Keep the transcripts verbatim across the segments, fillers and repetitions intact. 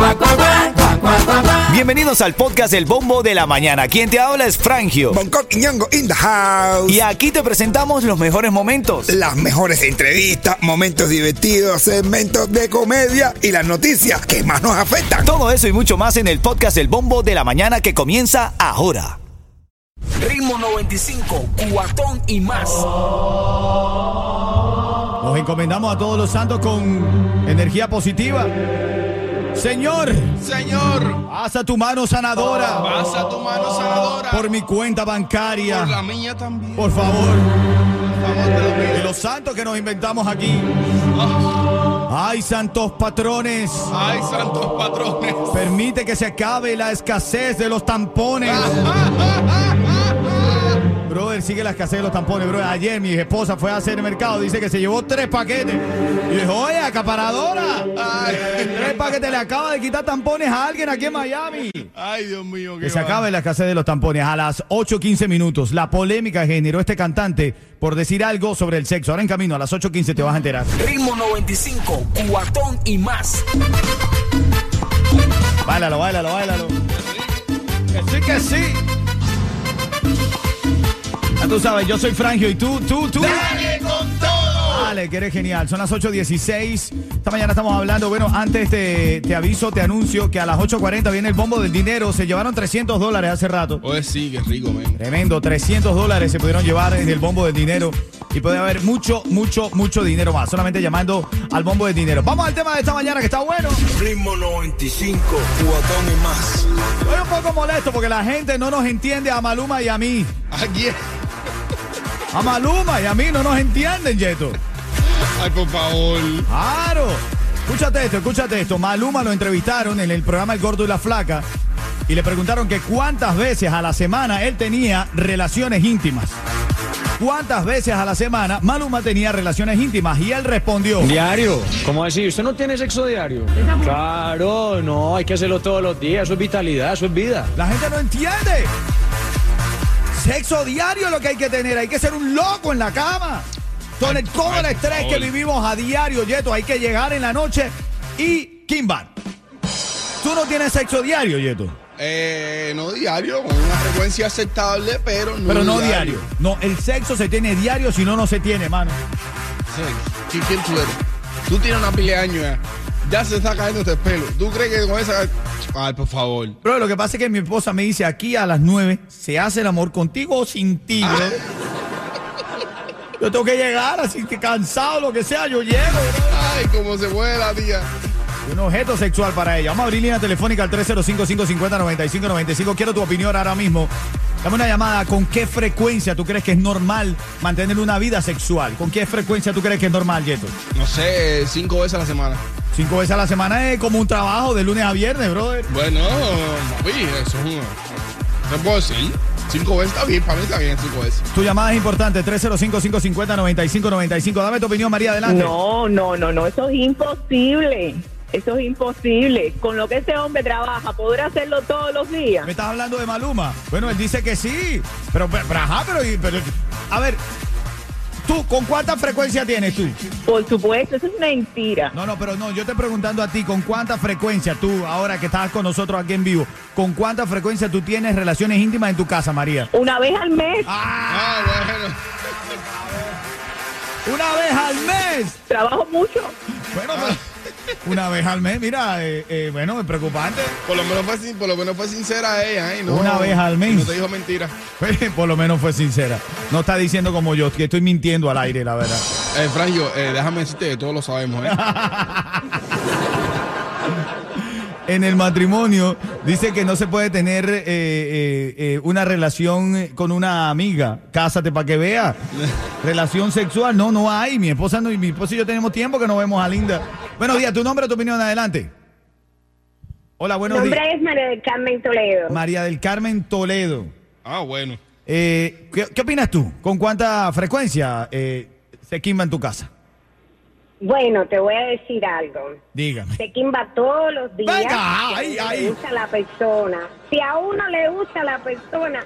Bienvenidos al podcast El Bombo de la Mañana. Quien te habla es Frangio. Bangkok y Ñongo in the house. Y aquí te presentamos los mejores momentos. Las mejores entrevistas, momentos divertidos, segmentos de comedia y las noticias que más nos afectan. Todo eso y mucho más en el podcast El Bombo de la Mañana que comienza ahora. Ritmo noventa y cinco, Cubatón y más. Nos encomendamos a todos los santos con energía positiva. Señor, Señor, pasa tu mano sanadora. pasa tu mano sanadora. Por mi cuenta bancaria. Por la mía también. Por favor. Por favor, te lo pido. De los santos que nos inventamos aquí. Ay, santos patrones. Ay, santos patrones. Permite que se acabe la escasez de los tampones. Brother, sigue la escasez de los tampones, brother. Ayer mi esposa fue a hacer el mercado, dice que se llevó tres paquetes. Y dijo, oye, acaparadora. Ay, Tres paquetes, le acaba de quitar tampones a alguien aquí en Miami. ay, Dios mío. Que se acabe la escasez de los tampones. A las ocho quince minutos, la polémica que generó este cantante por decir algo sobre el sexo. Ahora en camino, a las ocho quince te vas a enterar. Ritmo noventa y cinco, Cubatón y más. Báilalo, báilalo, báilalo. Que sí, que sí. Ya tú sabes, yo soy Frangio y tú, tú, tú. ¡Dale con todo! Dale, que eres genial. Son las ocho dieciséis. Esta mañana estamos hablando. Bueno, antes te, te aviso, te anuncio que a las ocho cuarenta viene el bombo del dinero. Se llevaron trescientos dólares hace rato. Oye, sí, qué rico, men. Tremendo, trescientos dólares se pudieron llevar en el bombo del dinero. Y puede haber mucho, mucho, mucho dinero más. Solamente llamando al bombo del dinero. Vamos al tema de esta mañana que está bueno. Ritmo noventa y cinco, Cubatón y más. Estoy un poco molesto porque la gente no nos entiende a Maluma y a mí. Aquí. A Maluma y a mí no nos entienden, Yeto. Ay, por favor. Claro. Escúchate esto, escúchate esto. Maluma lo entrevistaron en el programa El Gordo y la Flaca y le preguntaron que cuántas veces a la semana él tenía relaciones íntimas. ¿Cuántas veces a la semana Maluma tenía relaciones íntimas? Y él respondió. ¿Diario? ¿Cómo así? ¿Usted no tiene sexo diario? Claro, no, hay que hacerlo todos los días. Eso es vitalidad, eso es vida. La gente no entiende. Sexo diario es lo que hay que tener. Hay que ser un loco en la cama. Con el, todo el estrés que vivimos a diario, Yeto, hay que llegar en la noche y Kimban. ¿Tú no tienes sexo diario, Yeto? Eh, no diario, con una frecuencia aceptable, pero no Pero no diario. diario. No, el sexo se tiene diario, si no, no se tiene, mano. Sí. ¿Quién, quién tú eres? Tú tienes una pila de años ya. Ya se está cayendo este pelo. ¿Tú crees que con esa...? Ay, por favor. Pero lo que pasa es que mi esposa me dice, aquí a las nueve, ¿se hace el amor contigo o sin ti, bro? Yo tengo que llegar, así que cansado, lo que sea, yo llego, bro. Ay, cómo se mueve la tía. Un objeto sexual para ella. Vamos a abrir línea telefónica al tres cero cinco, cinco cinco cero, nueve cinco nueve cinco. Quiero tu opinión ahora mismo. Dame una llamada. ¿Con qué frecuencia tú crees que es normal mantener una vida sexual? ¿Con qué frecuencia tú crees que es normal, Yeto? No sé, cinco veces a la semana. Cinco veces a la semana es como un trabajo de lunes a viernes, brother. Bueno, papi, eso es un... ¿Qué puedo decir? Cinco veces está bien, para mí está bien cinco veces. Tu llamada es importante, tres cero cinco, cinco cinco cero, nueve cinco nueve cinco. Dame tu opinión, María, adelante. No, no, no, no, eso es imposible. Eso es imposible. Con lo que ese hombre trabaja, ¿podrá hacerlo todos los días? ¿Me estás hablando de Maluma? Bueno, él dice que sí. Pero, pero, pero, ajá, pero, pero... A ver, ¿tú con cuánta frecuencia tienes tú? Por supuesto, eso es mentira. No, no, pero no, yo estoy preguntando a ti, ¿con cuánta frecuencia tú, ahora que estás con nosotros aquí en vivo, con cuánta frecuencia tú tienes relaciones íntimas en tu casa, María? Una vez al mes. ¡Ah! Ah, bueno. ¡Una vez al mes! Trabajo mucho. Bueno, pero... Una vez al mes, mira, eh, eh, bueno, es preocupante. Por lo menos fue, sin- por lo menos fue sincera ella, ¿eh? No, Una vez al mes. No te dijo mentira. Por lo menos fue sincera. No está diciendo como yo, que estoy mintiendo al aire, la verdad. Eh, Frangio, eh, déjame decirte que todos lo sabemos, ¿eh? En el matrimonio dice que no se puede tener eh, eh, eh, una relación con una amiga. Cásate para que veas. Relación sexual, no, no hay. Mi esposa no, y mi esposa y yo tenemos tiempo que no vemos a Linda. Buenos días, tu nombre, tu opinión, adelante. Hola, buenos Mi días. nombre es María del Carmen Toledo. María del Carmen Toledo. Ah, bueno. Eh, ¿qué, ¿Qué opinas tú? ¿Con cuánta frecuencia eh, se quimba en tu casa? Bueno, te voy a decir algo. Dígame. Se quimba todos los días. Venga, si a ay, uno ay. le gusta la persona. Si a uno le gusta la persona,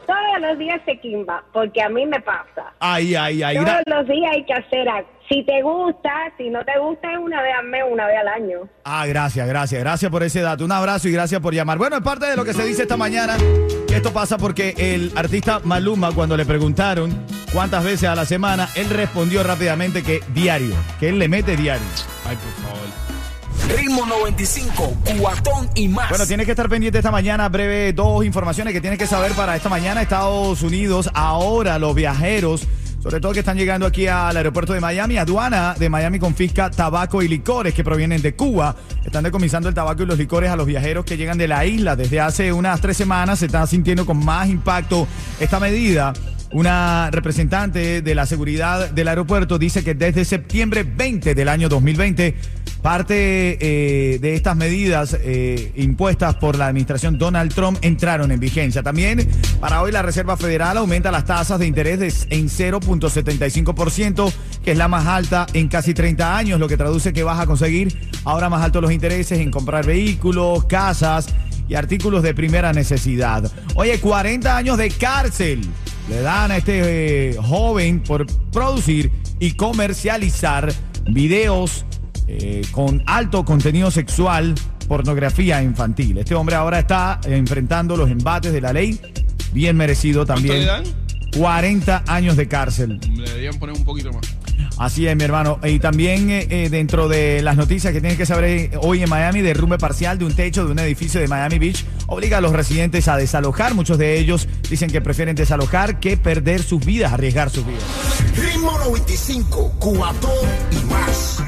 todos los días se quimba, porque a mí me pasa. Ay, ay, ay. Todos gra- los días hay que hacer algo. Si te gusta, si no te gusta, es una vez al mes, una vez al año. Ah, gracias, gracias. Gracias por ese dato. Un abrazo y gracias por llamar. Bueno, es parte de lo que se dice esta mañana. Esto pasa porque el artista Maluma, cuando le preguntaron cuántas veces a la semana, él respondió rápidamente que diario, que él le mete diario. Ay, por favor. Ritmo noventa y cinco, Cubatón y más. Bueno, tienes que estar pendiente esta mañana. Breve, dos informaciones que tienes que saber para esta mañana. Estados Unidos, ahora los viajeros, sobre todo que están llegando aquí al aeropuerto de Miami, aduana de Miami confisca tabaco y licores que provienen de Cuba. Están decomisando el tabaco y los licores a los viajeros que llegan de la isla. Desde hace unas tres semanas se está sintiendo con más impacto esta medida. Una representante de la seguridad del aeropuerto dice que desde septiembre veinte del año dos mil veinte, parte eh, de estas medidas eh, impuestas por la administración Donald Trump entraron en vigencia. También para hoy la Reserva Federal aumenta las tasas de interés de, en cero punto setenta y cinco por ciento, que es la más alta en casi treinta años, lo que traduce que vas a conseguir ahora más altos los intereses en comprar vehículos, casas y artículos de primera necesidad. Oye, cuarenta años de cárcel le dan a este eh, joven por producir y comercializar videos eh, con alto contenido sexual, pornografía infantil. Este hombre ahora está enfrentando los embates de la ley, bien merecido también. ¿Cuánto le dan? cuarenta años de cárcel. Le deberían poner un poquito más. Así es, mi hermano. Y también eh, eh, dentro de las noticias que tienes que saber eh, hoy en Miami, derrumbe parcial de un techo de un edificio de Miami Beach obliga a los residentes a desalojar. Muchos de ellos dicen que prefieren desalojar que perder sus vidas, arriesgar sus vidas. Ritmo noventa y cinco, Cubatón y más.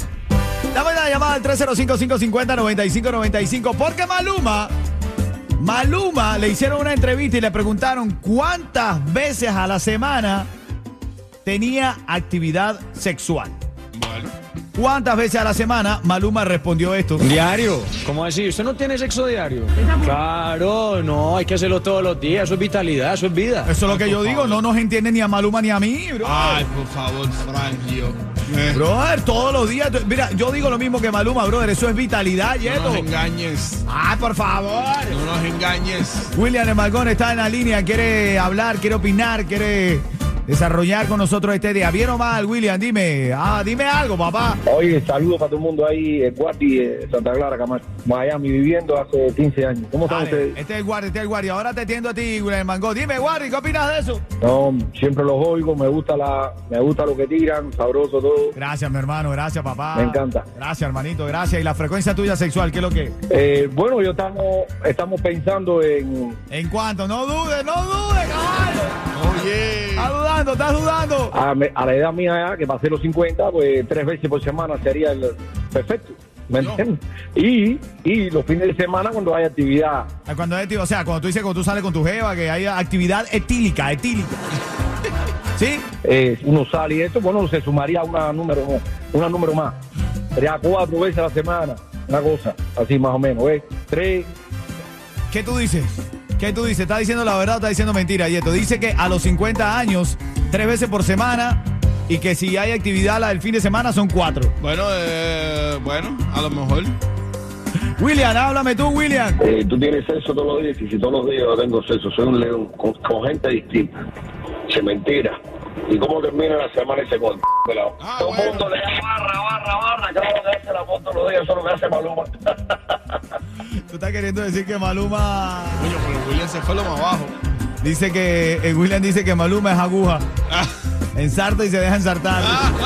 Dame una llamada al tres cero cinco, cinco cinco cero, nueve cinco nueve cinco porque Maluma, Maluma le hicieron una entrevista y le preguntaron cuántas veces a la semana tenía actividad sexual. Bueno. ¿Cuántas veces a la semana? Maluma respondió esto. Diario. ¿Cómo así? ¿Usted no tiene sexo diario? Claro, no, hay que hacerlo todos los días. Eso es vitalidad, eso es vida. Eso es lo Ay, que por yo digo, favor. no nos entiende ni a Maluma ni a mí, bro. Ay, por favor, Frangio. Eh, Brother, todos los días. Mira, yo digo lo mismo que Maluma, brother. Eso es vitalidad, no Yeto. nos engañes. Ah, por favor. No nos engañes. William de Malgón está en la línea, quiere hablar, quiere opinar, quiere desarrollar con nosotros este día. ¿Bien o mal, William? Dime, ah, dime algo, papá. Oye, saludos para todo el mundo ahí, el Guardi, eh, Santa Clara, Camacho, Miami, viviendo hace quince años. ¿Cómo están Dale, ustedes? este es el guardia, este es el guardia. Ahora te atiendo a ti, William Mango. Dime, guardia, ¿qué opinas de eso? No, siempre los oigo, me gusta la, me gusta lo que tiran, sabroso todo. Gracias, mi hermano, gracias, papá. Me encanta. Gracias, hermanito, gracias. ¿Y la frecuencia tuya sexual, qué es lo que? Eh, bueno, yo estamos, estamos pensando en, ¿En cuánto? No dudes, no dudes, caballo. Oye. ¿Estás dudando? ¿Estás dudando? a, me- a la edad mía ya, que pasé los cincuenta, pues tres veces por semana sería el perfecto. ¿Me No. entiendes? Y, y los fines de semana cuando hay actividad. Cuando es, o sea, cuando tú dices cuando tú sales con tu jeva, que hay actividad etílica, etílica. ¿Sí? Eh, uno sale y esto, bueno, se sumaría una número, una número más. Sería cuatro veces a la semana, una cosa, así más o menos, ¿ves? Tres. ¿Qué tú dices? ¿Qué tú dices? ¿Estás diciendo la verdad o estás diciendo mentira, Yeto? Dice que a los cincuenta años, tres veces por semana, y que si hay actividad la del fin de semana son cuatro. Bueno, eh, bueno, a lo mejor. William, háblame tú, William. Eh, tú tienes sexo todos los días y si todos los días yo tengo sexo, soy un león con, con gente distinta. Se mentira. ¿Y cómo termina la semana ese con pelado? Ah, Todo el bueno. mundo le da barra, barra, barra, cada uno que hace la foto todos los días, eso es lo que hace Maluma. Tú estás queriendo decir que Maluma... Coño, pero William se fue lo más abajo. Dice que... eh, William dice que Maluma es aguja. Ah. Ensarta y se deja ensartar.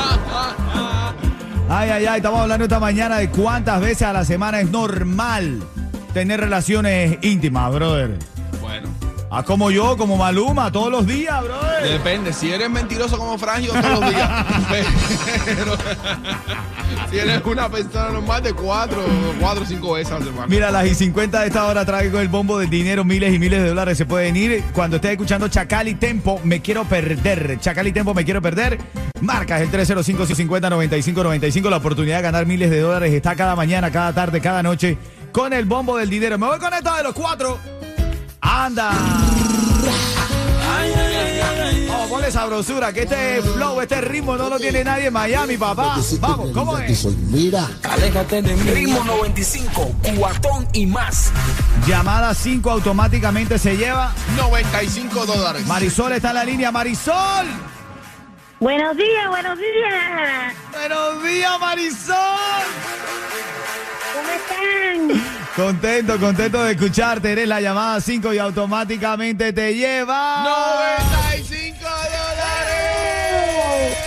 Ay, ay, ay, estamos hablando esta mañana de cuántas veces a la semana es normal tener relaciones íntimas, brother. Bueno, Ah, como yo, como Maluma, todos los días, brother. depende. Si eres mentiroso como Frangio todos los días. Pero si eres una persona normal de cuatro, cuatro o cinco veces a la semana. Mira, las y cincuenta de esta hora traigo el bombo del dinero, miles y miles de dólares se pueden ir. Cuando estés escuchando Chacal y Tempo, me quiero perder. Chacal y Tempo, me quiero perder. Marcas el tres cero cinco, cinco cero, nueve cinco nueve cinco. La oportunidad de ganar miles de dólares está cada mañana, cada tarde, cada noche con el bombo del dinero. Me voy con esta de los cuatro. ¡Anda! Vamos, ponle Ponle sabrosura, que este flow, este ritmo no lo tiene nadie en Miami, papá. Vamos, ¿cómo es? Mira, aléjate de mí. Ritmo noventa y cinco, cuatón y más. Llamada cinco automáticamente se lleva noventa y cinco dólares. Marisol está en la línea. Marisol. Buenos días, buenos días. Buenos días, Marisol. ¿Cómo están? Contento, contento de escucharte. Eres la llamada cinco y automáticamente te lleva noventa y cinco dólares.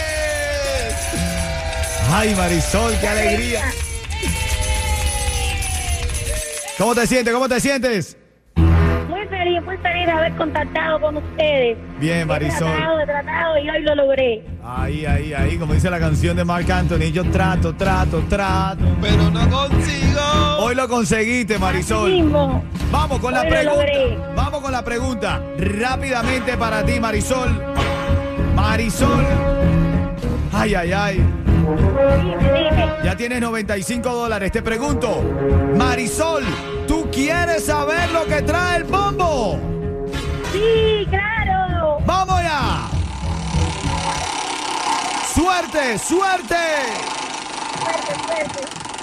Ay, Marisol, qué alegría. ¿Cómo te sientes? ¿Cómo te sientes? Muy feliz, muy feliz de haber contactado con ustedes. Bien, Marisol. He tratado, he tratado y hoy lo logré. Ahí, ahí, ahí, como dice la canción de Marc Anthony, yo trato, trato, trato. Pero no consigo. Hoy lo conseguiste, Marisol. Así mismo. Vamos con la Hoy lo pregunta. logré. Vamos con la pregunta. Rápidamente para ti, Marisol. Marisol. Ay, ay, ay. Dime, dime. Ya tienes noventa y cinco dólares. Te pregunto, Marisol, ¿tú quieres saber lo que trae el bombo? Sí, claro. ¡Vamos ya! ¡Suerte, suerte! Fuerte, fuerte.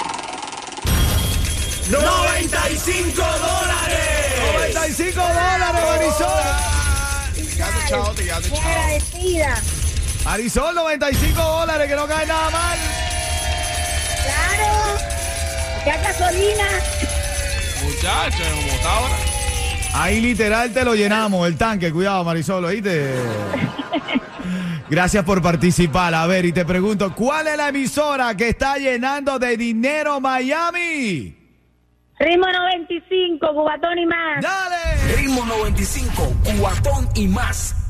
noventa y cinco dólares. noventa y cinco dólares, Marisol. Te quedaste chao, te quedaste Muy chao. agradecida. Marisol, noventa y cinco dólares, que no cae nada mal. Claro. Ya gasolina. Muchachos, como está ahora. Ahí literal te lo llenamos, el tanque. Cuidado, Marisol, ¿oíste? Gracias por participar. A ver, y te pregunto, ¿cuál es la emisora que está llenando de dinero Miami? Ritmo noventa y cinco, cubatón y más. ¡Dale! Ritmo noventa y cinco, cuatón y más.